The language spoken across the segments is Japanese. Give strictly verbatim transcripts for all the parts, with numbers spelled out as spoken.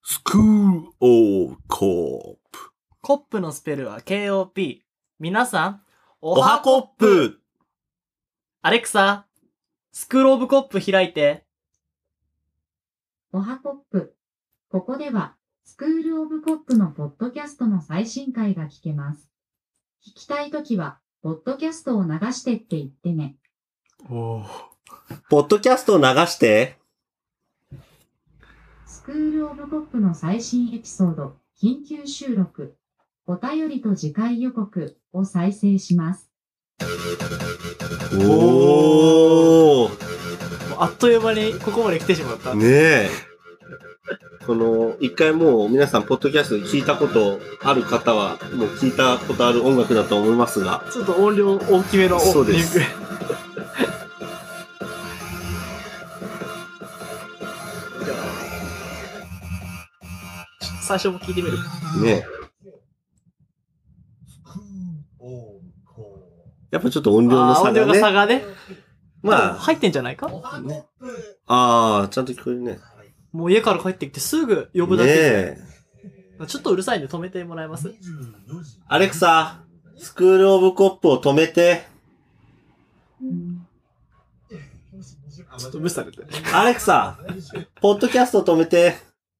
スクールオブコップ。 コップのスペルは ケーオーピー。皆さん、おおはコップ。 アレクサ、スクールオブコップ開いて。 おはコップ。ここでは、スクールオブコップのポッドキャストの最新回が聞けます。聞きたいときは、ポッドキャストを流してって言ってね。 おー。 ポッドキャストを流して。 スクールオブコップの最新エピソード、緊急収録、お便りと次回予告を再生します。 おー。 あっという間にここまで来てしまった。 ねえ。この、一回もう皆さん、ポッドキャストで聞いたことある方は、もう聞いたことある音楽だと思いますが。 ちょっと音量大きめのそうです。 最初も聞いてみるか。 ねえ。やっぱちょっと音量の差がね。 音量の差がね。 まあ。 入ってんじゃないか、 ね、ああ、ちゃんと聞こえるね。 もう家から帰ってきてすぐ呼ぶだけで。 ね、 ちょっとうるさいんで止めてもらえます？ アレクサ、スクールオブコップを止めて。 ちょっと無視されて。 アレクサ、ポッドキャストを止めて。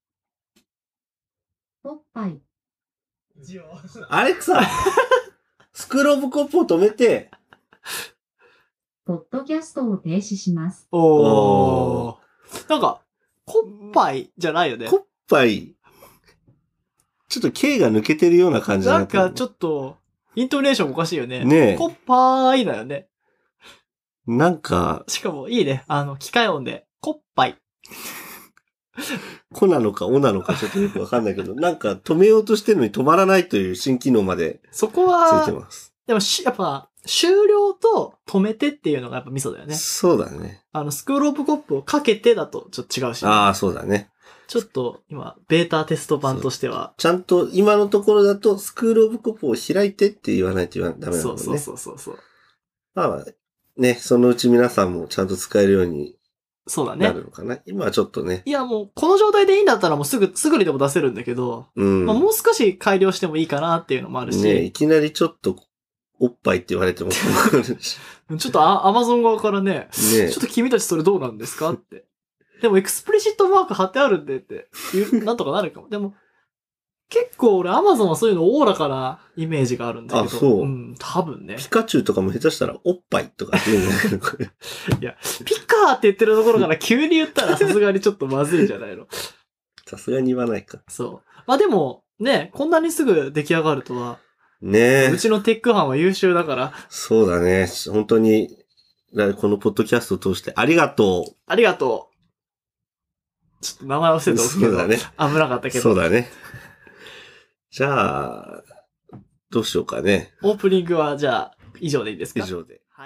おっぱい。 アレクサ、スクールオブコップを止めて。 ポッドキャストを停止します。 おー。なんか、コッパイじゃないよね。 コッパイ。ちょっと K が抜けてるような感じになってる、ね。 なんかちょっと、イントネーションおかしいよね。 ねえ。 コッパーイだよね。 なんか。 しかもいいね。あの、機械音で、コッパイ。 コなのかオなのかちょっとよくわかんないけど、なんか止めようとしてるのに止まらないという新機能までそこは、 ついてます。 でもし、やっぱ、終了と止めてっていうのがやっぱミソだよね。 そうだね。 あの、スクールオブコップをかけてだとちょっと違うし、ね。 ああ、そうだね。 ちょっと今、ベータテスト版としては。 ちゃんと今のところだと、スクールオブコップを開いてって言わないと言わダメなのね。 そうそうそうそう。 まあね、そのうち皆さんもちゃんと使えるようにそうだね。 なるのかな。今はちょっとね。 いやもう、この状態でいいんだったらもうすぐ、すぐにでも出せるんだけど、 うん。 まあ、もう少し改良してもいいかなっていうのもあるし。 ね、いきなりちょっと、おっぱいって言われても困るし。 ちょっとアマゾン側からね、ねちょっと君たちそれどうなんですかって。でもエクスプリシットマーク貼ってあるんでって言う、なんとかなるかも。でも、結構俺アマゾンはそういうのおおらかなイメージがあるんだけど。 あ、そう。 うん、多分ね。 ピカチュウとかも下手したらおっぱいとかって言うんだけど、これ。 いや、ピカーって言ってるところから急に言ったらさすがにちょっとまずいんじゃないの。 さすがに言わないか。 そう。まあでも、ね、こんなにすぐ出来上がるとは。 ねえ。 うちのテック班は優秀だから。 そうだね。本当に、このポッドキャストを通してありがとう。 ありがとう。ちょっと名前忘れておくけど。 そうだね。 危なかったけど。 そうだね。じゃあ、どうしようかね。 オープニングはじゃあ、以上でいいですか？ 以上で。 はい。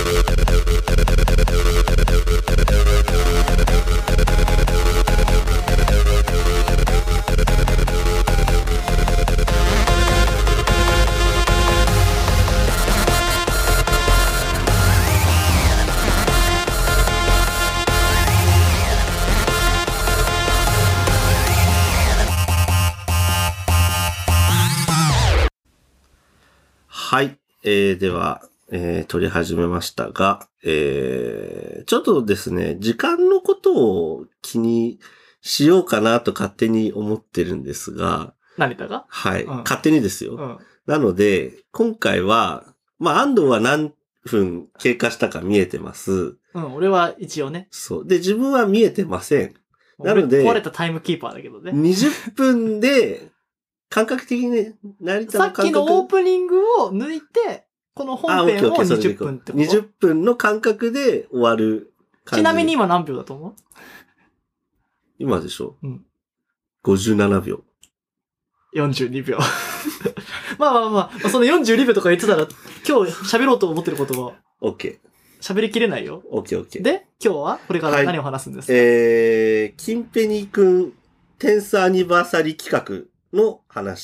はい。えー、では、えー、撮り始めましたが、えー、ちょっとですね、時間のことを気にしようかなと勝手に思ってるんですが。 何だか？ はい、 うん。 勝手にですよ。 うん、 なので、今回は、まあ、安藤は何分経過したか見えてます。 うん、俺は一応ね。 そう。で、自分は見えてません。なので、 壊れたタイムキーパーだけどね。 にじゅっぷんで、感覚的にね、成田の感覚。 さっきのオープニングを抜いて、この本編をにじゅっぷんってこと？ にじゅっぷんの間隔で終わる感じ。 ちなみに今何秒だと思う？ 今でしょ？ うん。 ごじゅうななびょう。 よんじゅうにびょう。まあまあまあ、そのよんじゅうにびょうとか言ってたら、今日喋ろうと思ってることは、 OK。 喋りきれないよ。 OK、OK。 で、今日はこれから何を話すんですか？ はい、えー、キンペニーくんテンスアニバーサリー企画の話。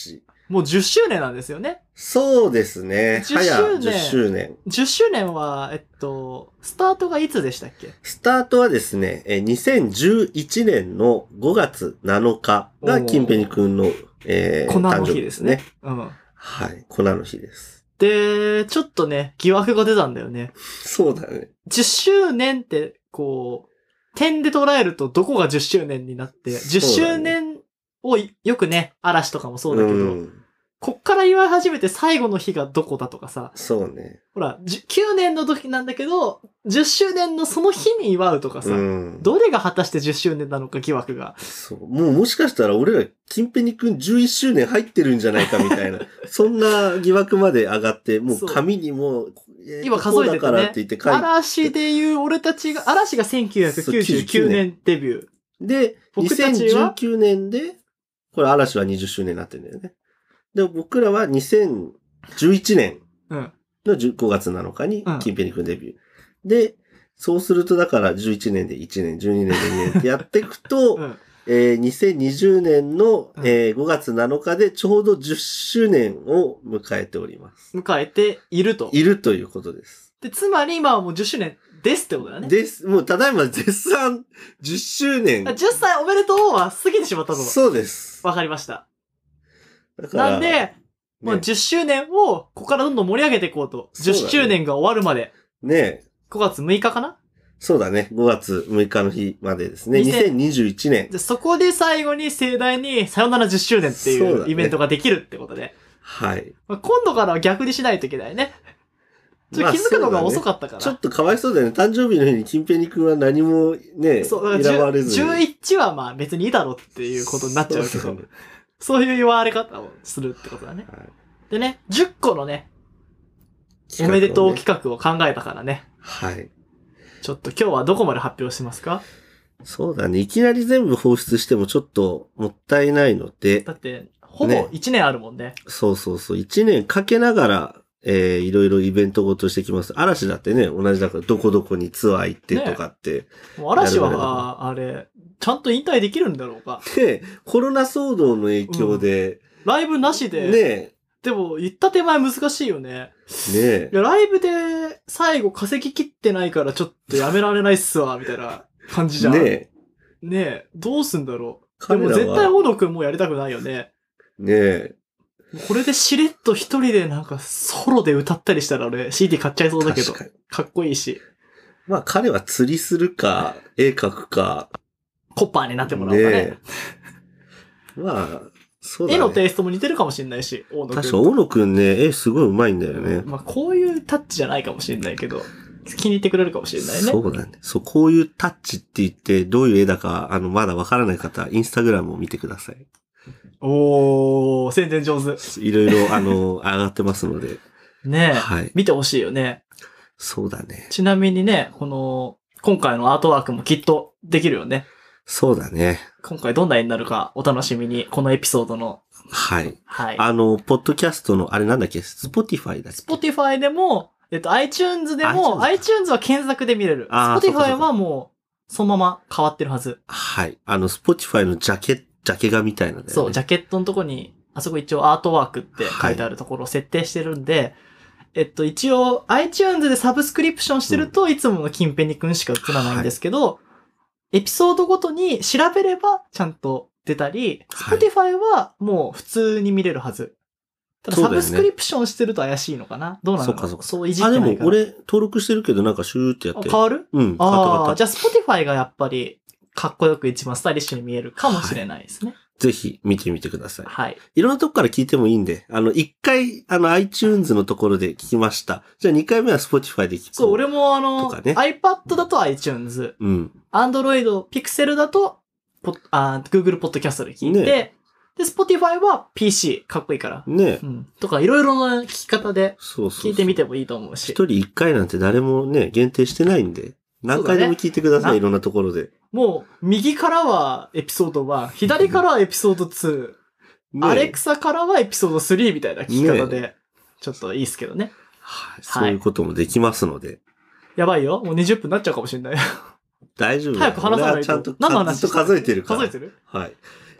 もうじゅっしゅうねんなんですよね。 そうですね。 じゅっしゅうねん。 早じゅっしゅうねん。 じゅっしゅうねんは、えっと、スタートがいつでしたっけ？ スタートはですね、えにせんじゅういちねんのごがつなのかがキンペニ君の、えー、 粉の日ですね。うん。 はい。粉の日です。 で、ちょっとね、疑惑が出たんだよね。 そうだね。 じゅっしゅうねんって、こう、点で捉えるとどこがじゅっしゅうねんになって、じゅっしゅうねんをよくね、嵐とかもそうだけど、うん、こっから祝い始めて最後の日がどこだとかさ。 そうね。 ほら、きゅうねんの時なんだけど、じゅっしゅうねんのその日に祝うとかさ、うん、どれが果たしてじゅっしゅうねんなのか疑惑が。 そう。もうもしかしたら俺ら、キンペニ君じゅういっしゅうねん入ってるんじゃないかみたいな、そんな疑惑まで上がって、もう紙にも、 えー、今数えててね。ってて嵐でいう俺たちが、嵐がせんきゅうひゃくきゅうじゅうきゅうねんデビュー。 で、にせんじゅうきゅうねんで、これ嵐はにじゅっしゅうねんになってるんだよね。で、僕らはにせんじゅういちねんのごがつなのかにキンペニ君デビュー。うん、で、そうするとだからじゅういちねんでいちねん、じゅうにねんでにねんってやっていくと、うんえー、にせんにじゅうねんの、えー、ごがつなのかでちょうどじゅっしゅうねんを迎えております。 迎えていると。 いるということです。 で、つまり今はもうじゅっしゅうねんですってことだね。 です。もうただいま絶賛じゅっしゅうねん。 じゅっさいおめでとうは過ぎてしまったぞ。 そうです。 わかりました。だからなんで、ね、もうじゅっしゅうねんをここからどんどん盛り上げていこうと。うね、じゅっしゅうねんが終わるまで。 ねごがつむいかかな？ そうだね。ごがつむいかの日までですね。にせんにじゅういちねん。 でそこで最後に盛大にさよならじゅっしゅうねんっていうイベントができるってことで。ね、 はい。 まあ、今度からは逆にしないといけないね。ちょっと気づくのが遅かったから、まあね。 ちょっとかわいそうだよね。誕生日の日にキンペニ君は何もね、そう選ばれずに。 じゅういちはまあ別にいいだろうっていうことになっちゃうけど。そう、ね、そういう言われ方をするってことだね。はい、でね、じゅっこのね、ねおめでとう企画を考えたからね。 はい。 ちょっと今日はどこまで発表しますか？ そうだね。いきなり全部放出してもちょっともったいないので。 だって、ほぼいちねんあるもんね。ねそうそうそう。いちねんかけながら、えー、いろいろイベントごとしてきます。嵐だってね、同じだからどこどこにツアー行ってとかって。ね、 もう嵐は、あれ、ちゃんと引退できるんだろうか。 ねコロナ騒動の影響で。うん、 ライブなしで。 ねでも、言った手前難しいよね。 ねいや、ライブで最後稼ぎ切ってないからちょっとやめられないっすわ、みたいな感じじゃん。ねえ。ねえ、どうすんだろう。でも絶対大野くんもやりたくないよね。 ねえ。 これでしれっと一人でなんかソロで歌ったりしたら俺 シーディー 買っちゃいそうだけど。か, かっこいいし。 まあ彼は釣りするか、絵描くか。 コッパーになってもらおうかね。ねまあ、そうだね。 絵のテイストも似てるかもしれないし、大野くん。 確か大野くんね、絵すごい上手いんだよね。 まあこういうタッチじゃないかもしれないけど、気に入ってくれるかもしれないね。 そうだね。そう、こういうタッチって言ってどういう絵だか、あの、まだわからない方、インスタグラムを見てください。 おー、宣伝上手。 いろいろ、あの、上がってますので。 ねえ。 はい。 見てほしいよね。 そうだね。 ちなみにね、この、今回のアートワークもきっとできるよね。 そうだね。 今回どんな絵になるかお楽しみに、このエピソードの。 はい。 はい。 あの、ポッドキャストの、あれなんだっけ？スポティファイだっけ？ スポティファイでも、えっと、iTunes でも、iTunes は検索で見れる。スポティファイはもう、そのまま変わってるはず。 はい。あの、スポティファイのジャケ、ジャケ画みたいなね。 そう、ジャケットのとこに、あそこ一応アートワークって書いてあるところを設定してるんで、はい、えっと、一応 iTunes でサブスクリプションしてると、うん、いつものキンペニ君しか映らないんですけど、はい、エピソードごとに調べればちゃんと出たり、はい、Spotify はもう普通に見れるはず。ただサブスクリプションしてると怪しいのかな、どうなのかな。そうかそうか。そういじってないから。あ、 でも俺登録してるけどなんかシューってやって。 変わる？ うん。 ああ、じゃあ Spotify がやっぱりかっこよく一番スタイリッシュに見えるかもしれないですね。はい、 ぜひ見てみてください。 はい。 いろんなとこから聞いてもいいんで、あの、一回、あの、iTunes のところで聞きました。じゃあ二回目は Spotify で聞く。 そう、俺もあの、ね、iPad だと iTunes。 うん。 Android、Pixel だと、あ Google Podcast で聞いて、ね、で、Spotify は ピーシー、かっこいいから。 ねうん。とか、いろいろな聞き方で、聞いてみてもいいと思うし。 一人一回なんて誰もね、限定してないんで、何回でも聞いてください、ね、いろんなところで。 もう、右からはエピソードいち、左からはエピソードに、ね、アレクサからはエピソードさんみたいな聞き方で、ね、ちょっといいっすけどね。 はい。そういうこともできますので。はい、 やばいよ。もうにじゅっぷんになっちゃうかもしれない。 大丈夫。 早く話さないと。 ちゃんと、 何の話ずっと数えてるから。 数えてる？ はい。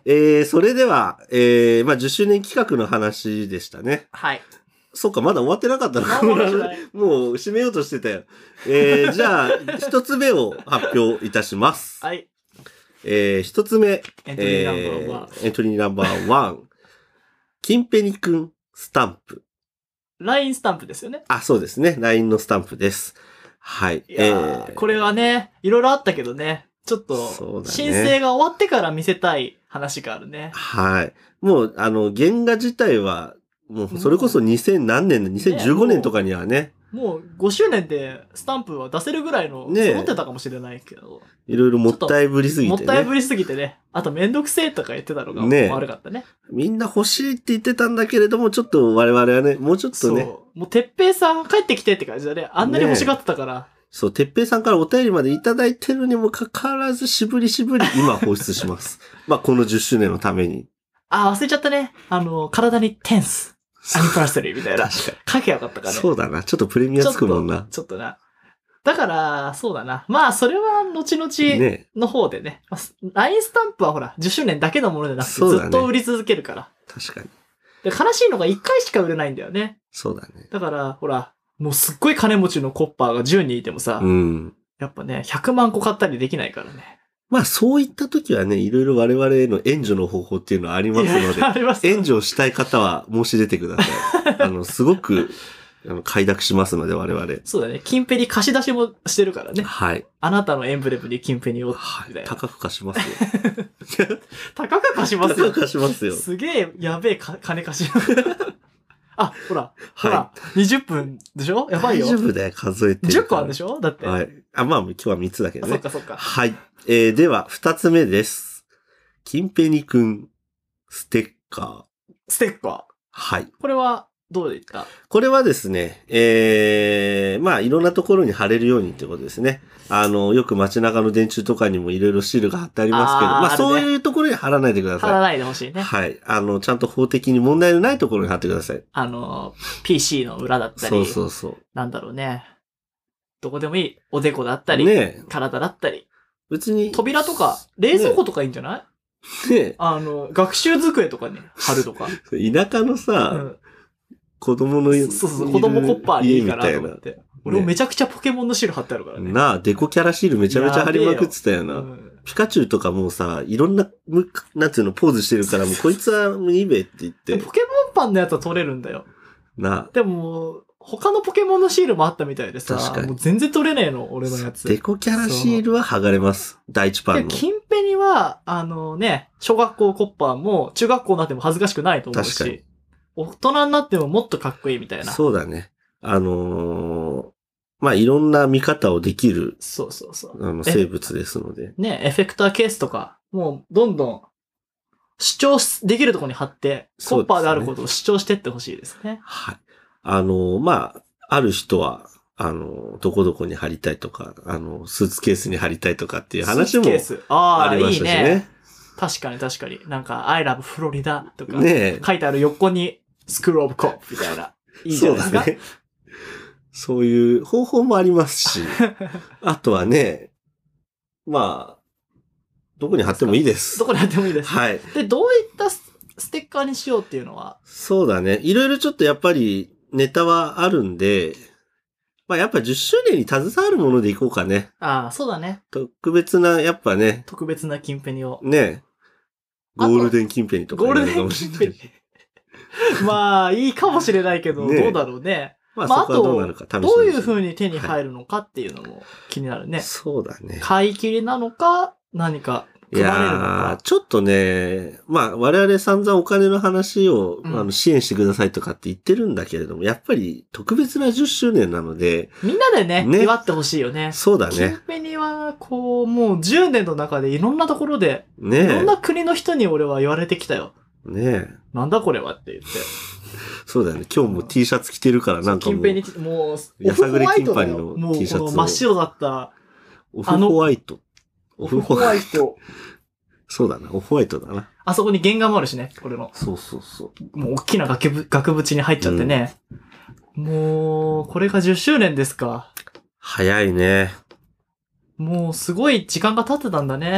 えー、それでは、えー、まあ、じゅっしゅうねん企画の話でしたね。 はい。 そうか、まだ終わってなかったのか。 まだ終わってないもう締めようとしてたよ。えー、じゃあ、一つ目を発表いたします。 はい。 えー、一つ目。 エントリーナンバーワン。 えーエントリーナンバーワン。キンペニくんスタンプ。 ライン スタンプですよね。 あ、そうですね。ライン のスタンプです。はい。 いやー、 えー、 これはね、いろいろあったけどね、ちょっと、 そうだね申請が終わってから見せたい話があるね。 はい。もう、あの、原画自体は、もう、それこそにせん何年の、にせんじゅうごねんとかにはね、 もうごしゅうねんでスタンプは出せるぐらいの、 ねえ揃ってたかもしれないけど、 いろいろもったいぶりすぎてね。 もったいぶりすぎてね、あとめんどくせえとか言ってたのがねえ悪かったね。 みんな欲しいって言ってたんだけれども、ちょっと我々はね、もうちょっとそう。 ね、 もう、てっぺいさん帰ってきてって感じだね。あんなに欲しがってたから。 そう、てっぺいさんからお便りまでいただいてるにもかかわらず、しぶりしぶり今放出します。まあ、このじゅっしゅうねんのために。 あ、忘れちゃったね。あの、体にテンス。アニバーサリーみたいな。 確か書けばよかったかに。 ね。 そうだな。ちょっとプレミアつくもんな。 ちょっと、ちょっとな。だから、そうだな。まあ、それは後々 ねの方でね。まあ ライン スタンプはほら、じゅっしゅうねんだけのものじゃなくて、 そうだねずっと売り続けるから。 確かに。 で悲しいのがいっかいしか売れないんだよね。 そうだね。 だから、ほら、もうすっごい金持ちのコッパーがじゅうにんいてもさ、 うん。 やっぱね、ひゃくまんこ買ったりできないからね。 まあ、そういった時はね、いろいろ我々への援助の方法っていうのはありますので、 あります援助をしたい方は申し出てください。あの、すごく、あの、快諾しますので、我々。 そうだね。金ペニ貸し出しもしてるからね。 はい。 あなたのエンブレムに金ペニを、 はい。 みたいな。 高く貸しますよ。 高く貸しますよ。 高く貸しますよ。 すげえ、やべえか、金貸し。あ、ほら、ほら、 はにじゅっぷんでしょやばいよ。 大丈夫だよ、数えてるから。 じゅっこあるでしょだって。 はい。あ、まあ、今日はみっつだけどあ、そっね。 かそっか。 はい。えー、では、ふたつめです。金ペニくん、ステッカー。 ステッカー。 はい。 これは、どうでいったこれはですね、えー、まあ、いろんなところに貼れるようにってことですね。あの、よく街中の電柱とかにもいろいろシールが貼ってありますけど、まあ、 あーあるねそういうところに貼らないでください。 貼らないでほしいね。 はい。あの、ちゃんと法的に問題のないところに貼ってください。 あの、ピーシー の裏だったり、 そうそうそう。 なんだろうね。どこでもいい。おでこだったり、 ねえ。 体だったり、 別に。 扉とか、冷蔵庫とかいいんじゃない、 ねえ。 あの、学習机とかに貼るとか。 田舎のさ、 うん子供のそうそうそう、子供コッパーにいいかなと家みたい思って。俺もめちゃくちゃポケモンのシール貼ってあるからね。 なあ、デコキャラシールめちゃめちゃ貼りまくってたよな。 うんピカチュウとかもうさ、いろんな、むなんていうの、ポーズしてるから、もうこいつはもういいべって言って。 ポケモンパンのやつは取れるんだよ。 なあ。 でも、他のポケモンのシールもあったみたいでさ、 確かにもう全然取れねえの、俺のやつ。 デコキャラシールは剥がれます。第一パで、 ンの。 キンペニは、あのね、小学校コッパーも中学校になっても恥ずかしくないと思う確かにし、大人になってももっとかっこいいみたいな。 そうだね。あのー、まあ、いろんな見方をできる、 そうそうそう。 あの、生物ですので。 ね、エフェクターケースとか、もうどんどん主張できるところに貼って、コッパーであることを主張してってほしいですね。 はい。あのー、まあ、ある人は、あの、どこどこに貼りたいとか、あの、スーツケースに貼りたいとかっていう話もスーツケース。ああ、 ありまいいしたしね。 ね。確かに確かに。なんか、I love Florida とか、 ねえ。 書いてある横に、スクールオブコップみたいな。いいじゃないですか。 そうだね。そういう方法もありますし、あとはね、まあ、どこに貼ってもいいです。 どこに貼ってもいいです。 はい。 で、どういったスステッカーにしようっていうのは、 そうだね。いろいろちょっとやっぱりネタはあるんで、まあやっぱじゅっしゅうねんに携わるものでいこうかね。 ああ、そうだね。 特別な、やっぱね、 特別な金ペニを。 ね、ゴあとールデン金ペニとかになゴールデンるかもしれない金ペニ。まあ、いいかもしれないけど、 ねどうだろうね。 まあまあそこはどうなるか試しに。 どういう風に手に入るのかっていうのも気になるね。 そうだね。 買い切りなのか、何かい配れるのやーか。 ちょっとね、まあ我々散々お金の話を、 うんあの支援してくださいとかって言ってるんだけれども、やっぱり特別なじゅっしゅうねんなので、 みんなでね、 ね祝ってほしいよね。 そうだ金ね。 ペニは、こう、もうじゅうねんの中でいろんなところで、 ねいろんな国の人に俺は言われてきたよ。 え。ねえ。 なんだこれはって言って。 そうだよね。今日も T シャツ着てるからなんかもう、 金ペニ、もう、 やさぐれ金パニのもう T シャツをこの真っ白だった、 オフホワイト。 オフホワイト。 そうだな。オフホワイトだな。 あそこに原画もあるしね、俺の。 そうそうそう。 もう大きな額ぶ額縁に入っちゃってね。もう、これがじゅっしゅうねんですか。 早いね。 もうすごい時間が経ってたんだね。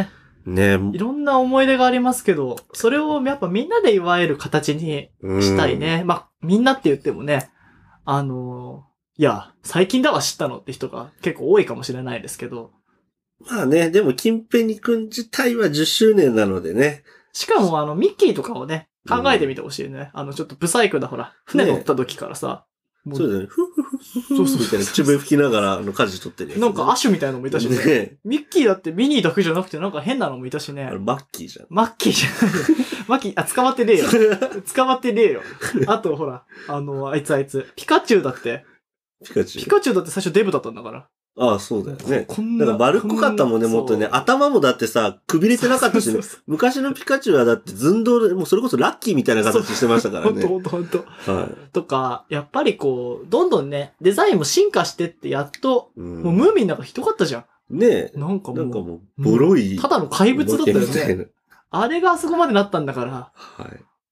ねいろんな思い出がありますけど、それをやっぱみんなで祝える形にしたいね。まあ、みんなって言ってもね、あのー、いや、最近だわ知ったのって人が結構多いかもしれないですけど。 まあね、でも、キンペニ君自体はじゅっしゅうねんなのでね。 しかも、あの、ミッキーとかをね、考えてみてほしいね。うん、あの、ちょっとブサイクなほら、船乗った時からさ、 そうだね。ふふふふふみたいな口笛吹きながら、あの、舵取ってるやつ、 ね。なんか、アシュみたいなのもいたしね。 ねミッキーだってミニーだけじゃなくて、なんか変なのもいたしね。 あれ、マッキーじゃん。 マッキーじゃない。マッキー、あ、捕まってねえよ。捕まってねえよ。あと、ほら、あの、あいつあいつ。ピカチュウだって。 ピカチュウ。 ピカチュウだって最初デブだったんだから。 ああ、そうだよね。 こんな。 なんか丸っこかったもんね、もっとね。頭もだってさ、くびれてなかったしね。昔のピカチュウはだって寸胴で、もうそれこそラッキーみたいな形してましたからね。 ほんとほんとほんと。 はい。 とか、やっぱりこう、どんどんね、デザインも進化してってやっと、うん、もうムーミンなんかひどかったじゃん。 ねえ。 なんかもう。 なんかもう、ボロい。 ただの怪物だったよね。あれがあそこまでなったんだから。 はい。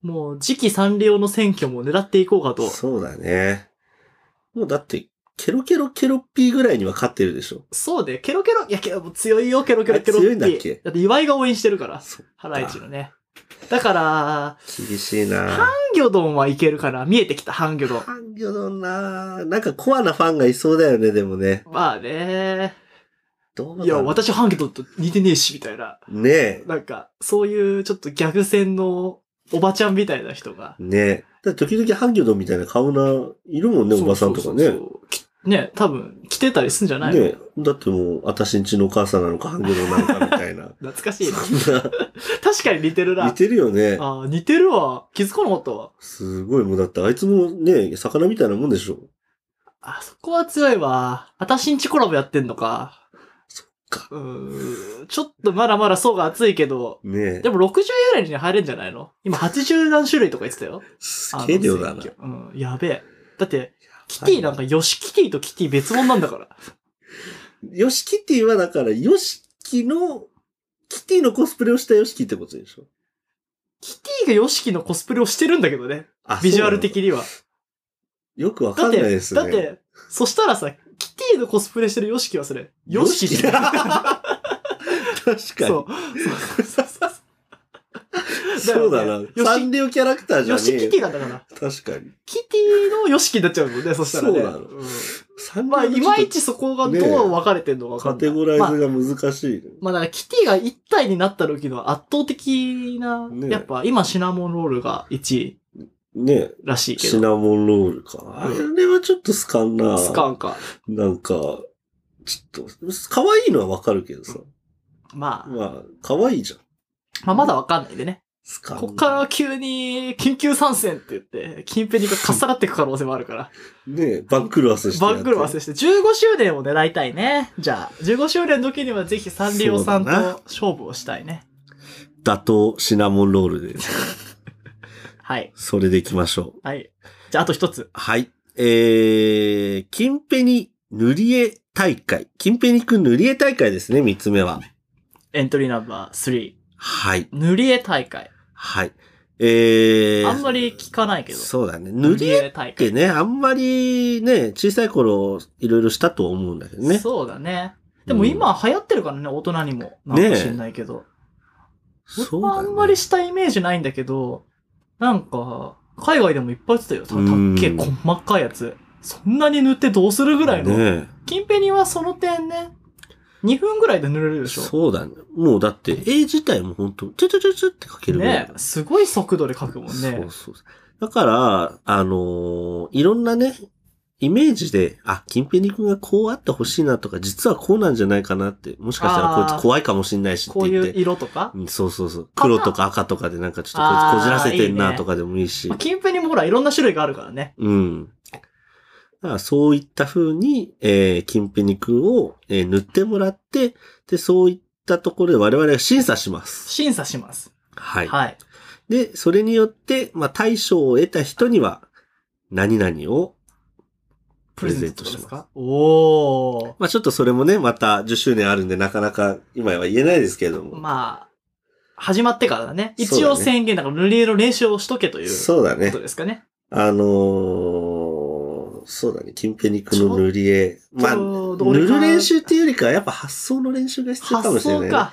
もう、次期サンリオの選挙も狙っていこうかと。 そうだね。もうだって、ケロケロケロッピーぐらいには勝ってるでしょ。 そうで、ケロケロ、いや、け強いよ、ケロケロケロッピー。 強いんだっけ？ だって岩井が応援してるから。ハライチのね。だから、 厳しいなハンギョドンはいけるから、見えてきた、ハンギョドン。 ハンギョドンななんかコアなファンがいそうだよね、でもね。 まあね。 どういや、私ハンギョドンと似てねえし、みたいな。 ねえ。 なんか、そういうちょっとギャグ戦のおばちゃんみたいな人が。 ねえ。だ時々ハンギョドンみたいな顔な、いるもんね、おばさんとかね。そうそうそうね、多分、着てたりすんじゃないの？ ねだってもう、私んちのお母さんなのか、ハンギョドンなのかみたいな。 懐かしいな。確かに似てるな。 似てるよね。 ああ、似てるわ。気づかなかったわ。 すごい、もうだってあいつもね、魚みたいなもんでしょ。 あそこは強いわ。私んちコラボやってんのか。 そっか。 うーん。ちょっとまだまだ層が厚いけど。 ねでもろくじゅうよねんに入れんじゃないの？今はちじゅう何種類とか言ってたよ。 すげえ量だな。 うん、やべえ。だって、キティなんかヨシキティとキティ別物なんだから。 ヨシキティはだから、ヨシキの、キティのコスプレをしたヨシキってことでしょ？ キティがヨシキのコスプレをしてるんだけどね。ビジュアル的には。 よくわかんないですね。 だって、だって、そしたらさ、キティのコスプレしてるヨシキはそれ、ヨシキだ。確かに。そう。そうそうそう。そうだな。サンリオキャラクターじゃねえ。 ヨシキティなんだから。 確かに。 キティのヨシキになっちゃうもんね、そしたらね。 そうなの。うん、 サンリオまあ、いまいちそこがどう分かれてんのか分かんない。 カテゴライズが難しい、ね。 まあ、まあ、だからキティが一体になった時の圧倒的な、ね、やっぱ今シナモンロールがいちい。ねらしいけど。 シナモンロールか。あれはちょっとスカンな。 スカンか。 なんか、ちょっと、可愛いのはわかるけどさ。 まあ。 まあ、可愛いじゃん。 まあ、まだわかんないでね。 スカン。 こっから急に、緊急参戦って言って、キンペニがかっさらっていく可能性もあるから。 ねえ、番狂わせして。 番狂わせして。じゅうごしゅうねんを狙いたいね。じゃあ、じゅうごしゅうねんの時にはぜひサンリオさんと勝負をしたいね。 打倒シナモンロールです。 はい。 それで行きましょう。はい。じゃあ、あと一つ。 はい。えー、キンペニ塗り絵大会。キンペニくん塗り絵大会ですね、三つ目は。 エントリーナンバースリー。 はい。 塗り絵大会。 はい。えー。 あんまり聞かないけど。 そうだね。塗り絵ってね、あんまりね、小さい頃いろいろしたと思うんだけどね。 そうだね。でも今流行ってるからね、大人にも。なんか知んないけど。ね、そうだね。あんまりしたイメージないんだけど、なんか、海外でもいっぱい売ってたよ。たっけえ細かいやつ。そんなに塗ってどうするぐらいの。ね、キンペニはその点ね、にふんぐらいで塗れるでしょ。 そうだね。もうだって絵自体もほんと、チュチュチュチュって描けるぐらい。 ね、すごい速度で描くもんね。 そうそう。だから、あのー、いろんなね、イメージで、あ、キンペニ君がこうあってほしいなとか、実はこうなんじゃないかなって、もしかしたらこいつ怖いかもしんないしって言って。 こういう色とか、 うん、そうそうそう。黒とか赤とかでなんかちょっとこいつこじらせてんなとかでもいいし。 いいね、キンペニもほらいろんな種類があるからね。 うん。だからそういった風に、えー、キンペニ君を、えー、塗ってもらって、で、そういったところで我々が審査します。 審査します。 はい。 はい。 で、それによって、まあ、大賞を得た人には、何々をプレゼントします。かおー。 まあちょっとそれもね、またじゅっしゅうねんあるんで、なかなか今は言えないですけれども。 まあ、始まってからだね。一応宣言だから塗り絵の練習をしとけという。 そうだね。 ことですかね。 あのー、そうだね。キンペニ君の塗り絵。まあ、塗る練習っていうよりかは、やっぱ発想の練習が必要かもしれない、ね。発想か。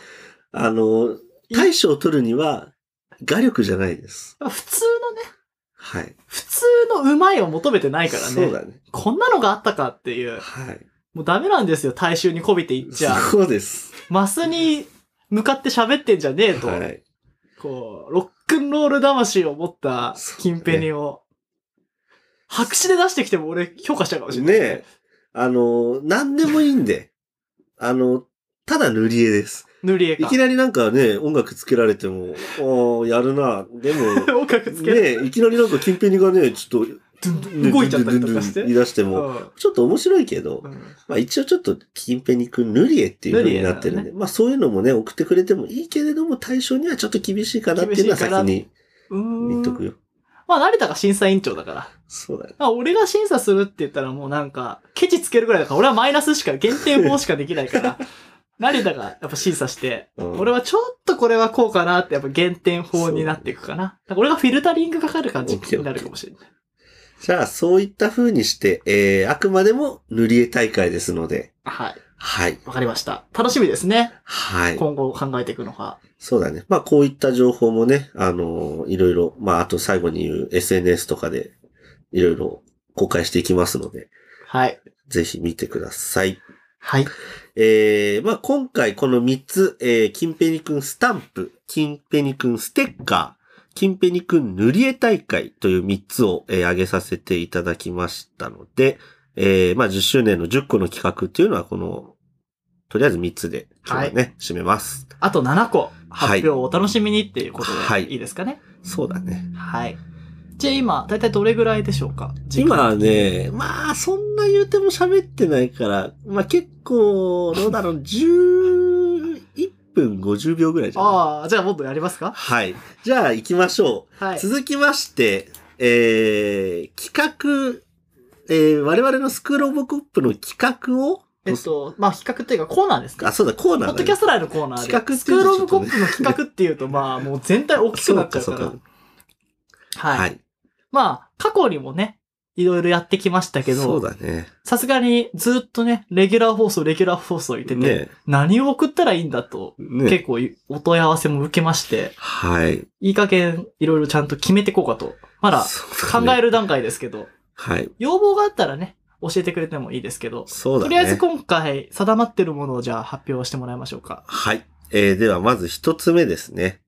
あの、大将を取るには、画力じゃないです。 普通のね。 はい。 普通のうまいを求めてないからね。 そうだね。 こんなのがあったかっていう。 はい。 もうダメなんですよ、大衆に媚びていっちゃ。 そうです。 マスに向かって喋ってんじゃねえと。はい。こう、ロックンロール魂を持ったキンペニを、ね、白紙で出してきても俺評価しちゃうかもしれない。ねえ。 あの、なんでもいいんで。あの、ただ塗り絵です。 塗り絵か。 いきなりなんかね、音楽つけられても、ああ、やるな。でも、 音楽つけられてね、いきなりなんかキンペニがね、ちょっと、 動いちゃったりとかして。 言い出しても、ちょっと面白いけど、うん、まあ一応ちょっとキンペニ君塗り絵っていう風になってるんで、ね、まあそういうのもね、送ってくれてもいいけれども、対象にはちょっと厳しいかなっていうのは先に言っとくよ。 まあ成田が審査委員長だから。 そうだよ、ね。 まあ俺が審査するって言ったらもうなんか、ケチつけるぐらいだから、俺はマイナスしか、減点法しかできないから、成田がやっぱ審査して、うん、俺はちょっとこれはこうかなってやっぱ減点法になっていくかな。だから俺がフィルタリングかかる感じになるかもしれない。 じゃあ、そういった風にして、えー、あくまでも塗り絵大会ですので。 はい。 はい。 わかりました。楽しみですね。 はい。 今後考えていくのが。 そうだね。まあ、こういった情報もね、あのー、いろいろ、まあ、あと最後に言う エスエヌエス とかで、いろいろ公開していきますので。 はい。 ぜひ見てください。 はい。 えー、まあ、今回このみっつ、えー、キンペニ君スタンプ、キンペニ君ステッカー、キンペニ君塗り絵大会というみっつを、えー、挙げさせていただきましたので、えー、まあ、じゅっしゅうねんのじゅっこの企画っていうのはこの、とりあえずみっつで、今日はね、はい、締めます。 あとななこ発表をお楽しみにっていうことで、はい、いいですかね。 そうだね。 はい。じゃあ今、だいたいどれぐらいでしょうか？ 今はね、まあ、そんな言うても喋ってないから、まあ結構、どうだろう、じゅういっぷんごじゅうびょうぐらいじゃない？ ああ、じゃあもっとやりますか？ はい。じゃあ行きましょう。はい。続きまして、えー、企画、えー、我々のスクールオブコップの企画を、 えっと、まあ、企画っていうかコーナーですか？ あ、そうだ、コーナーだ、ね。 ポッドキャスト内のコーナーで。企画スクールオブコップの企画っていうと、まあ、もう全体大きくなっちゃうから。そうか、そうか。はい。はい。まあ、過去にもね、いろいろやってきましたけど、 そうだね。 さすがにずっとね、レギュラー放送、レギュラー放送言ってて、ね、何を送ったらいいんだと、ね、結構お問い合わせも受けまして、 はい。 いい加減いろいろちゃんと決めていこうかと。まだ考える段階ですけど、 はい。 要望があったらね、教えてくれてもいいですけど、 そうだね。 とりあえず今回定まってるものをじゃあ発表してもらいましょうか。 はい。えー、ではまず一つ目ですね。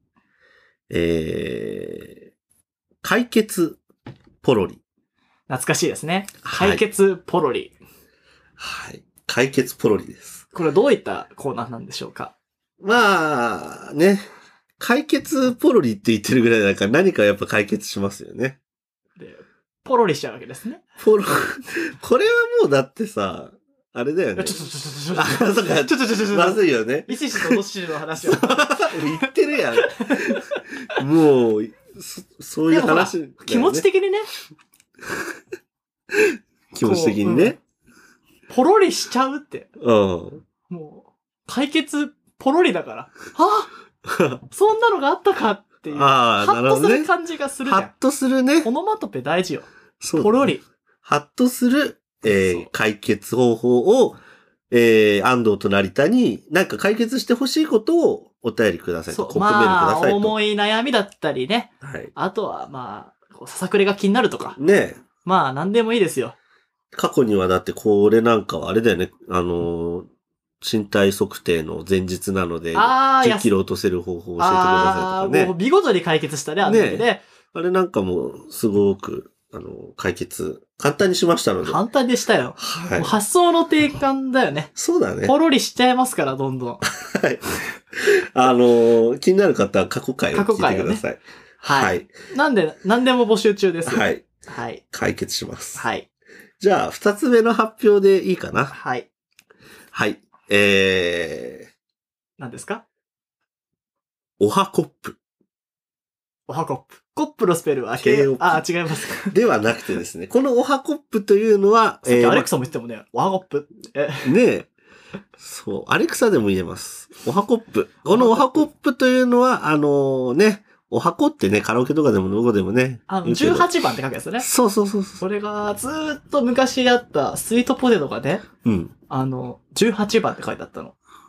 えー、解決ポロリ。 懐かしいですね。解決ポロリ。 はい。解決ポロリです。 これはどういったコーナーなんでしょうか？ まあ、ね。解決ポロリって言ってるぐらいだから何かやっぱ解決しますよね。 で、ポロリしちゃうわけですね。 ポロ、これはもうだってさ、あれだよね。 ちょちょちょちょちょ。 あ、そうか。ちょちょちょちょ。まずいよね。 いちいちとどっちの話を。 言ってるやん。もう、そ、そういう話、ね。 気持ち的にね。 気持ち的にね。 うん、ポロリしちゃうって。 うん。 もう、解決ポロリだから。はぁそんなのがあったかっていう。 ああ、なるほどね。 ハッとする感じがするじゃん。 ハッとするね。 オノマトペ大事よ。 そう、ね。 ポロリ。 ハッとする、えー、解決方法を、えー、安藤と成田になんか解決してほしいことをお便りくださいと。コップメールくださいと。 まあ、重い悩みだったりね。 はい。 あとは、まあ、こうささくれが気になるとか。 ねえ。 まあ、なんでもいいですよ。 過去にはだってこれなんかはあれだよね。あのー、身体測定の前日なので、じゅっキロ落とせる方法を教えてくださいとかね。 もう見事に解決したね、あの時ね。ねあれなんかもすごく、あの、解決、簡単にしましたので。 簡単でしたよ。はい。もう発想の転換だよね。 そうだね。 ポロリしちゃいますから、どんどん。 はい。あのー、気になる方は過去回を聞いてください。ね、 はい。はい。なんで、なんでも募集中ですよ。 はい。 はい。 解決します。 はい。 じゃあ、二つ目の発表でいいかな。 はい。 はい。えー。 何ですか？ おはコップ。 おはコップ。コップのスペルは K、あ、違います。 ではなくてですね、このおはコップというのは、 さっきアレクサも言ってもね、おはコップ。 えねえ。そう、アレクサでも言えます。おはコップ。このおはコップというのは、あのー、ね、お箱ってね、カラオケとかでもどこでもね。 あの、じゅうはちばんって書くやつね。 そうそうそう。 それが、ずーっと昔あったスイートポテトがね。 うん。 あの、じゅうはちばんって書いてあったの。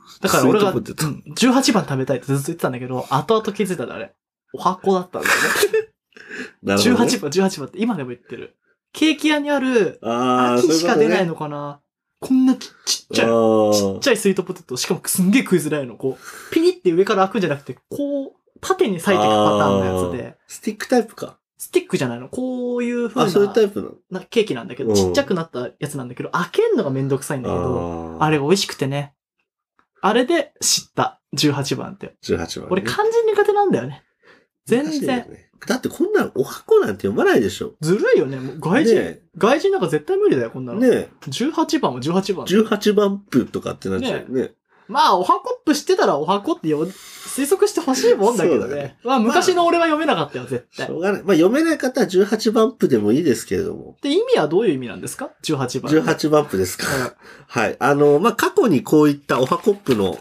だから俺がスイートポテトじゅうはちばん食べたいってずっと言ってたんだけど、後々気づいたらあれ、お箱だったんだよね。 なるほどね。 じゅうはちばん、じゅうはちばんって今でも言ってる。ケーキ屋にある、 ああ、 秋しか出ないののかな。こんなちちっちゃい、ちっちゃいスイートポテト、しかもすんげえ食いづらいの。こう、ピリって上から開くんじゃなくて、こう、縦に裂いていくパターンのやつで。 スティックタイプか。 スティックじゃないの。こういう風な。 あ、そういうタイプなのなケーキなんだけど、 うんちっちゃくなったやつなんだけど、開けんのがめんどくさいんだけど、 ああれが美味しくてね。あれで知った。じゅうはちばんって。 じゅうはちばん、ね。 俺漢字苦手なんだよね。全然。 ね、だってこんなのお箱なんて読まないでしょ。 ずるいよね。もう外人、 ね、 外人なんか絶対無理だよ、こんなの。 ねじゅうはちばんもじゅうはちばん。 じゅうはちばんぷとかってなっちゃうよね。ねまあ、お箱っぷ知ってたらお箱ってよ推測してほしいもんだけどね。ねまあ、昔の俺は読めなかったよ、絶対。 しょうがない。まあ、読めない方はじゅうはちばんぷでもいいですけれども。 で、意味はどういう意味なんですか ?じゅうはちばん。 じゅうはちばんぷですか。はい。あの、まあ、過去にこういったお箱っぷの、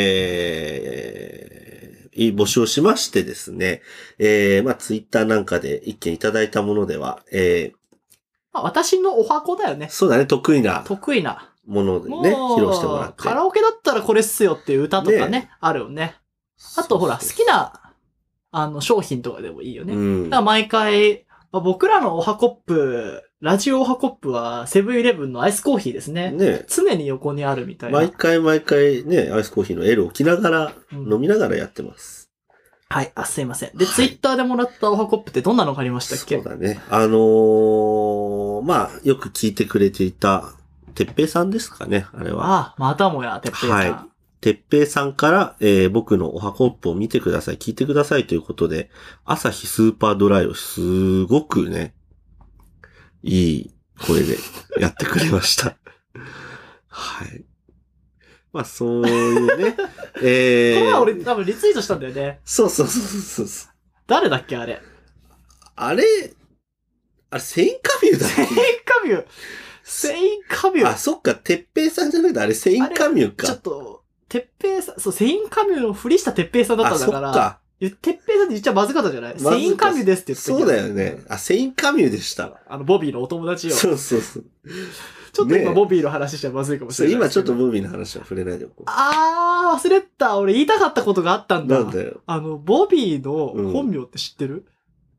えー、募集をしましてですね。えー、まあ、ツイッターなんかで一件いただいたものでは、えー、 まあ、私のお箱だよね。 そうだね、得意な。 得意な。 ものでね、披露してもらって。 カラオケだったらこれっすよっていう歌とかね、ねあるよね。あとほら、好きな、あの、商品とかでもいいよね。うん、だから毎回、まあ、僕らのおはコップ、ラジオおはコップはセブンイレブンのアイスコーヒーですね。ね常に横にあるみたいな。 毎回毎回ね、アイスコーヒーの L を着ながら、うん、飲みながらやってます。 はい、あ、すいません。で、はい、ツイッターでもらったおはコップってどんなのがありましたっけ？ そうだね。あのー、まあ、よく聞いてくれていた、てっぺいさんですかね、あれは。 ああ、またもや、てっぺいさん。はい。 てっぺいさんから、えー、僕のおはコップを見てください、聞いてくださいということで、朝日スーパードライをすごくね、いい声でやってくれました。はい。まあ、そういうね、えー。 この前俺多分リツイートしたんだよね。 そうそうそうそうそう。 誰だっけ、あれ。 あれ、あれ、セインカミューだっけ？ セインカミューセインカミュー。 あ、そっか、てっぺいさんじゃなくて、あれ、セインカミューか。 ちょっと、てっぺいさん、そう、セインカミューのふりしたてっぺいさんだったんだから。あ、そっか。てっぺいさんって言っちゃまずかったじゃない、セインカミューですって言ってた。 そうだよね。あ、セインカミューでした。 あの、ボビーのお友達よ。 そうそうそう。 ちょっと今、ボビーの話しちゃまずいかもしれない、 ね。今ちょっとボビーの話は触れないでおこう。 あー、忘れた。俺言いたかったことがあったんだ。 なんだよ。 あの、ボビーの本名って知ってる？うん、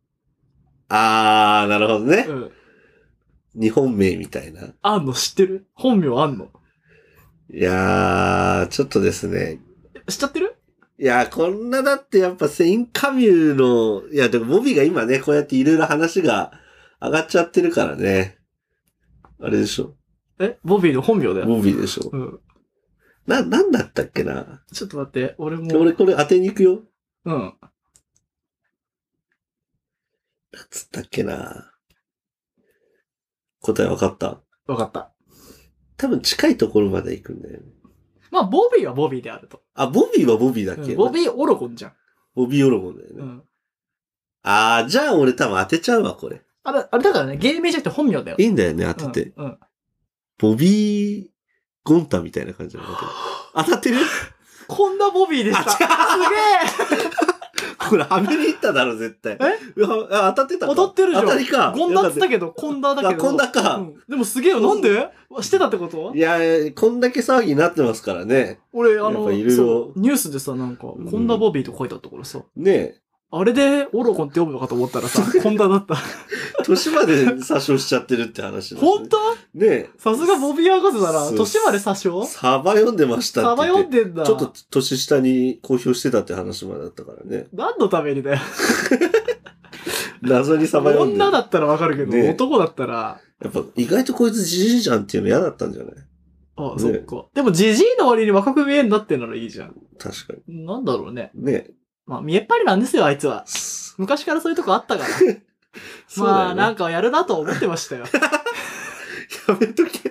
あー、なるほどね。 うん。 日本名みたいな。 あんの知ってる？本名あんの？ いやー、ちょっとですね。 知っちゃってる？ いやー、こんなだってやっぱセインカミューの、いや、でもボビーが今ね、こうやっていろいろ話が上がっちゃってるからね。あれでしょ。 え？ボビーの本名だよ。 ボビーでしょ。うん。な、なんだったっけな。 ちょっと待って、俺も。 俺これ当てに行くよ。 うん。 なんつったっけな。答え分かった？ 分かった。 多分近いところまで行くんだよね。 まあ、ボビーはボビーであると。 あ、ボビーはボビーだっけ、 うん、ボビーオロゴンじゃん。 ボビーオロゴンだよね。うん。あー、じゃあ俺多分当てちゃうわ、これ。 あれ、あれだからね、芸名じゃなくて本名だよ。 いいんだよね、当てて。うん。うん、ボビー、ゴンタみたいな感じなんだけど。当たってる？ こんなボビーでした。すげえこれ、はめに行っただろ、絶対。 え当たってたか？ 当たってるじゃん。 当たりか。 ゴンダっつったけど、コンダだけど。 コンダか、うん。 でもすげえよ。なんでしてたってこと？ いや、こんだけ騒ぎになってますからね。 俺、あの、 いろいろニュースでさ、なんか、コンダボビーと書いてあったからさ。 ねえ。 あれで、オロゴンって読むのかと思ったらさ、コンダだった。 年まで詐称しちゃってるって話だ、ね。 本当？ ねえ。 さすがボビー博士だな。年まで詐称？ サバ読んでましたってサバ読んでんだ。 ちょっと年下に公表してたって話までだったからね。 何のためにだよ。 謎にサバ読んで。 女だったらわかるけど、ね、男だったら。 やっぱ意外とこいつジジイじゃんっていうの嫌だったんじゃない？ ああ、ね、そっか。でもジジイの割に若く見えんだってならいいじゃん。 確かに。 なんだろうね。 ね。 まあ、見えっ張りなんですよ、あいつは。昔からそういうとこあったから。まあ、ね、なんかやるなと思ってましたよ。 やめとけ。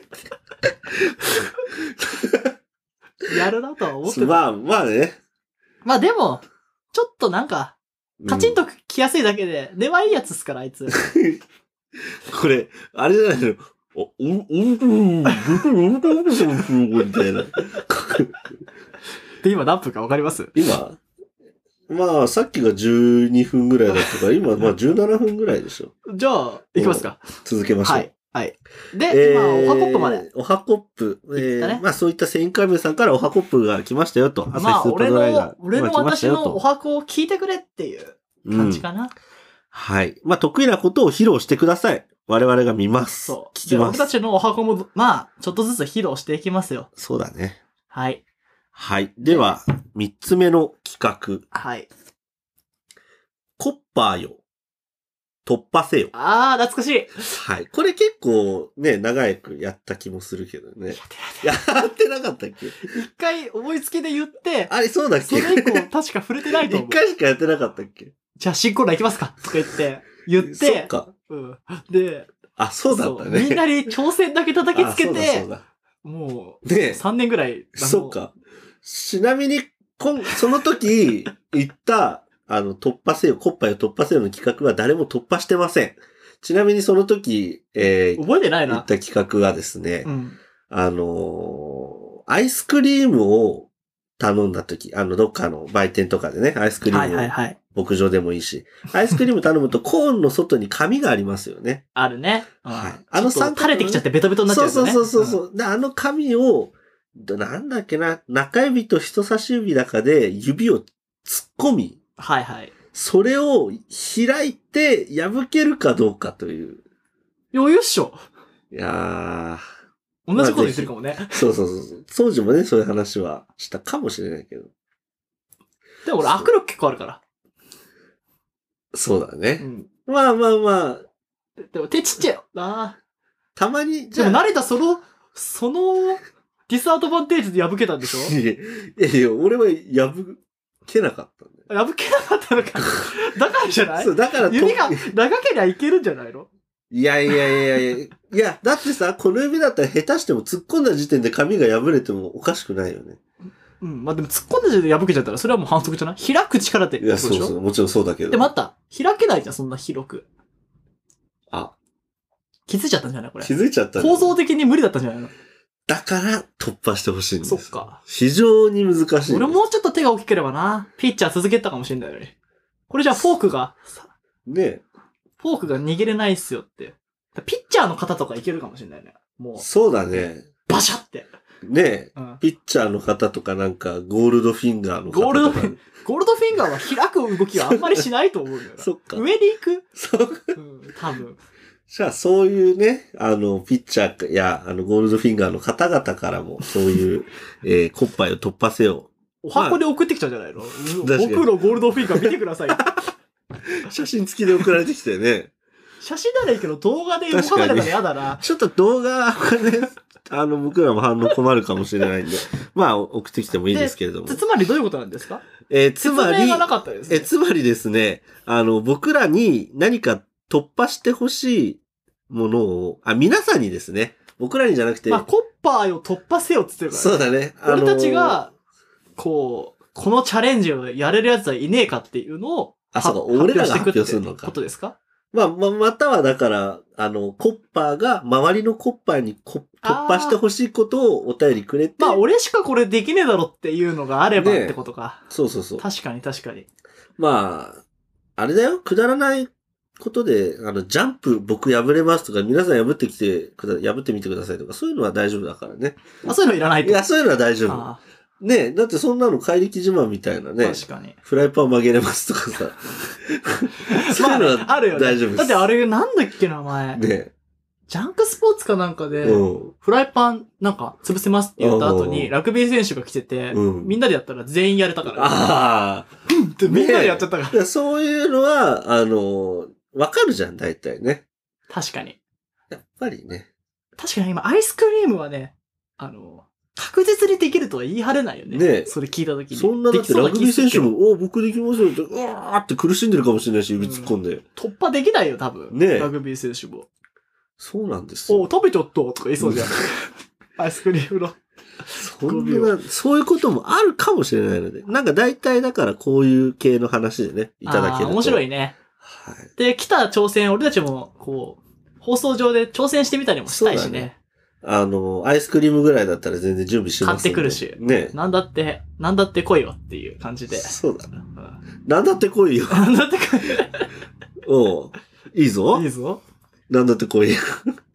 やるなとは思ってた。 まあ、まあね。 まあでも、ちょっとなんか、カチンと来やすいだけで、根はいいやつっすから、あいつ。 これ、あれじゃないの。お、うん、うん、うん、みたいな。 で、今何分かわかります？ 今まあ、さっきがじゅうにふんぐらいだったから、今、まあじゅうななふんぐらいでしょ。 じゃあ、いきますか。 続けましょう。はい。 はい。で、今、おはコップまで。 おはコップ。えーね、 まあそういった千回目さんからおはコップが来ましたよと。 まあ、俺の、俺の私のおはこを聞いてくれっていう感じかな。うん、 はい。まあ得意なことを披露してください。我々が見ます。 そう。 聞きます。 俺たちのおはこも、まあ、ちょっとずつ披露していきますよ。 そうだね。 はい。 はい。では、三つ目の企画。 はい。 コッパーよ。突破せよ。 ああ、懐かしい。 はい。これ結構ね、長くやった気もするけどね。やってなかったっけ？ 一回思いつきで言って、 あれ、そうだっけ？ それ以降確か触れてないと思う。 一回しかやってなかったっけ？ じゃあ新コーナー行きますかとか言って、言って、そっか。 うん。で、 あ、そうだったね。 みんなに挑戦だけ叩きつけて、 そうだそうだもう、 ねさんねんぐらい。 そっか。ちなみに、こんその時言った、あの、突破せよ、コッパよ突破せよの企画は誰も突破してません。ちなみにその時、えー、 覚えてないな。 言った企画はですね、 うん、 あのー、アイスクリームを頼んだ時、あの、どっかの売店とかでね、アイスクリームを、はいはいはい、牧場でもいいし、アイスクリーム頼むとコーンの外に紙がありますよね。 あるね。 はい。 あの三角垂れてきちゃってベトベトになっちゃうよね。 そうそうそうそう。うん、で、あの紙を、なんだっけな、中指と人差し指だかで指を突っ込み、 はいはい。 それを開いて破けるかどうかという。 余裕っしょ。 いやー。同じこと言ってるかもね。 まあ、そうそうそう。当時もね、そういう話はしたかもしれないけど。 でも俺握力結構あるから。 そうだね。 うん、 まあまあまあ。 でも手ちっちゃいよな。 たまに、 じゃあ。でも慣れたその、その、ディスアドバンテージで破けたんでしょ？ いやいや、俺は破けなかったんだよ。破けなかったのか。だからじゃない？ そう、だから指が長けりゃいけるんじゃないの？ いやいやいやいやいや、だってさ、この指だったら下手しても突っ込んだ時点で紙が破れてもおかしくないよね。 うん。まあでも突っ込んだ時点で破けちゃったらそれはもう反則じゃない？開く力っていや、そうそう、もちろんそうだけど。 でもあった。開けないじゃん、そんな広く。 あ。 気づいちゃったんじゃないこれ。 気づいちゃった。 構造的に無理だったんじゃないの？ だから突破してほしいんです。 そっか。 非常に難しい。 俺もうちょっと手が大きければな。ピッチャー続けたかもしれないよね。これじゃあフォークが、 ねフォークが握れないっすよって。ピッチャーの方とかいけるかもしれないね。もう。 そうだね。 バシャって。 ねえ、うん。ピッチャーの方とかなんか、ゴールドフィンガーの方とか。 ゴールドフィン、ゴールドフィンガーは開く動きはあんまりしないと思うんだよな。 そっか。 上に行く？ そう。 うん、多分。 じゃあ、そういうね、あの、ピッチャーや、あの、ゴールドフィンガーの方々からも、そういう、えー、コッパイを突破せよ。 お箱で送ってきたんじゃないの？まあ、僕のゴールドフィンガー見てください。 写真付きで送られてきたよね。 写真ならいいけど、動画で動かないから嫌だな。 ちょっと動画がね、あの、僕らも反応困るかもしれないんで、まあ、送ってきてもいいですけれども。 つまりどういうことなんですか？ えー、つまり、 説明がなかったですね。 えー、つまりですね、あの、僕らに何か突破してほしいものを、あ、皆さんにですね、僕らにじゃなくて。 まあ、コッパーを突破せよって言ってるから、 ね。そうだね。 あのー、俺たちが、こう、このチャレンジをやれるやつはいねえかっていうのを、 あ、そうか、俺らが発表するのか。 ことですか？ まあ、ま、またはだから、あの、コッパーが、周りのコッパーに突破してほしいことをお便りくれて。 まあ、俺しかこれできねえだろっていうのがあればってことか。 ね、そうそうそう。 確かに確かに。 まあ、あれだよ、くだらないことで、あの、ジャンプ僕破れますとか、皆さん破ってきてくだ、破ってみてくださいとか、そういうのは大丈夫だからね。 あ、そういうのいらないと。 いや、そういうのは大丈夫。ねえ、だってそんなの怪力自慢みたいなね。 確かに。 フライパン曲げれますとかさ。そういうのはあるよね。 大丈夫です。 だってあれなんだっけ名前。 ねえ。 ジャンクスポーツかなんかで、フライパンなんか潰せますって言った後に、ラグビー選手が来てて、みんなでやったら全員やれたから。 ああ。 ってみんなでやっちゃったから。 そういうのは、あの、わかるじゃん、大体ね。 確かに。 やっぱりね。確かに今、アイスクリームはね、あの、確実にできるとは言い張れないよね。ねそれ聞いたときに。 そんなだってラグビー選手も、お僕できますよって、うわーって苦しんでるかもしれないし、指突っ込んで、うん。 突破できないよ、多分。ねラグビー選手も。 そうなんですよ。 お食べちゃったとか言いそうじゃん。アイスクリームの。 そんな、そういうこともあるかもしれないので。なんか大体だからこういう系の話でね、いただけると。 面白いね。はい。で、来た挑戦、俺たちも、こう、放送上で挑戦してみたりもしたいしね。 あの、アイスクリームぐらいだったら全然準備しますんで。 買ってくるし。ね。なんだって、なんだって来いよっていう感じで。 そうだな。うん、なんだって来いよ。 なんだって来いよ。 おう、いいぞ。 いいぞ。 なんだって来いよ。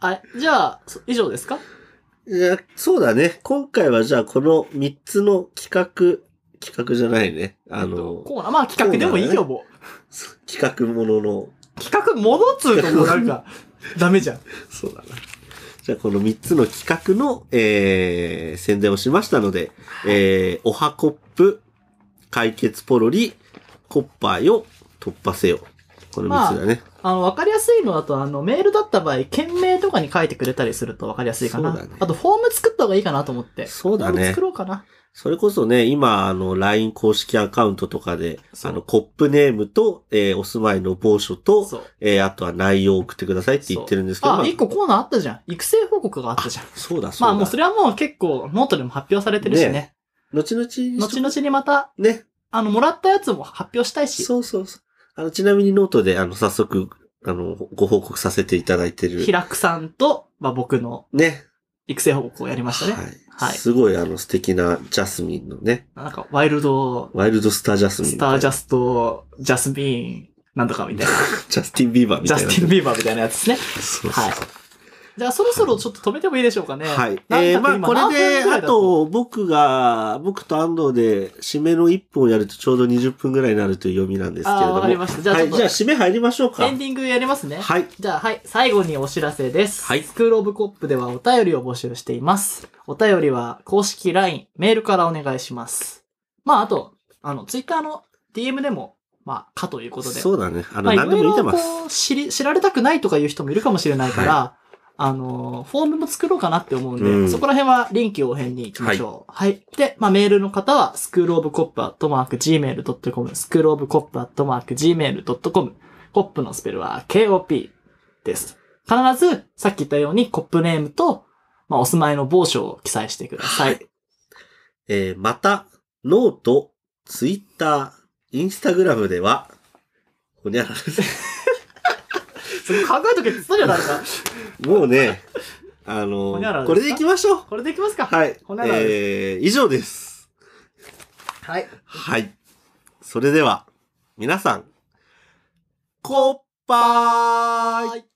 あ、じゃあ、そ以上ですか？ いや、そうだね。今回はじゃあこのみっつの企画、企画じゃないね。あの、 コーナー、まあ企画でもいいよ、もう。企画ものの。 企画ものっつうともうなんか、ダメじゃん。 そうだな。じゃあこのみっつの企画の、えー、宣伝をしましたので、えー、おはコップ、解決ポロリ、コッパーよ、突破せよ。このみっつだね。 まあ、あの、わかりやすいのだと、あの、メールだった場合、件名とかに書いてくれたりするとわかりやすいかな。 そうだね。 あと、フォーム作った方がいいかなと思って。 そうだね。 フォーム作ろうかな。 それこそね、今、あの、ライン 公式アカウントとかで、あの、コップネームと、えー、お住まいの某所と、えー、あとは内容を送ってくださいって言ってるんですけど。 あ、一個コーナーあったじゃん。育成報告があったじゃん。 そうだ、そうだ。 まあもうそれはもう結構、ノートでも発表されてるしね。ね後々に後々にまた、 ね。 あの、もらったやつも発表したいし。 そうそうそう。あの、ちなみにノートで、あの、早速、あの、ご報告させていただいてる。 平久さんと、まあ僕の。 ね。 育成報告をやりましたね。はい。 はい。すごいあの素敵なジャスミンのね。 なんか、ワイルド。 ワイルドスタージャスミン。 スタージャスト、ジャスミン、なんとかみたいな。 ジャスティンビーバーみたいな。 ジャスティンビーバーみたいなやつですね。そうそう。はい。じゃあそろそろちょっと止めてもいいでしょうかね。 はい。えー、まあこれで、あと僕が、僕と安藤で締めのいっぷんをやるとちょうどにじゅっぷんぐらいになるという読みなんですけれども。 わかりました。じゃあ、 はい、じゃあ締め入りましょうか。 エンディングやりますね。 はい。 じゃあ、はい。最後にお知らせです。 はい。 スクールオブコップではお便りを募集しています。お便りは公式 ライン、メールからお願いします。まあ、あと、あの、ツイッターの ディーエム でも、まあ、かということで。 そうだね。あの、まあ、何でも見てます。 こう知り、知られたくないとかいう人もいるかもしれないから、はい、あの、フォームも作ろうかなって思うんで、うん、そこら辺は臨機応変に行きましょう。はい。はい、で、まあ、メールの方は、スクールオブコップアットマーク ジーメールドットコム、スクールオブコップアットマーク ジーメールドットコム、コップのスペルは ケーオーピー です。必ず、さっき言ったように、コップネームと、まあ、お住まいの某所を記載してください。はい、 えー、また、ノート、ツイッター、インスタグラムでは、ほにゃららです。 それ考えとけって言ったじゃないか。 もうね、あのー、これでいきましょう。 これでいきますか。 はい。ほにゃららです。えー、以上です。 はい。 はい。それでは、皆さん、コッパーイ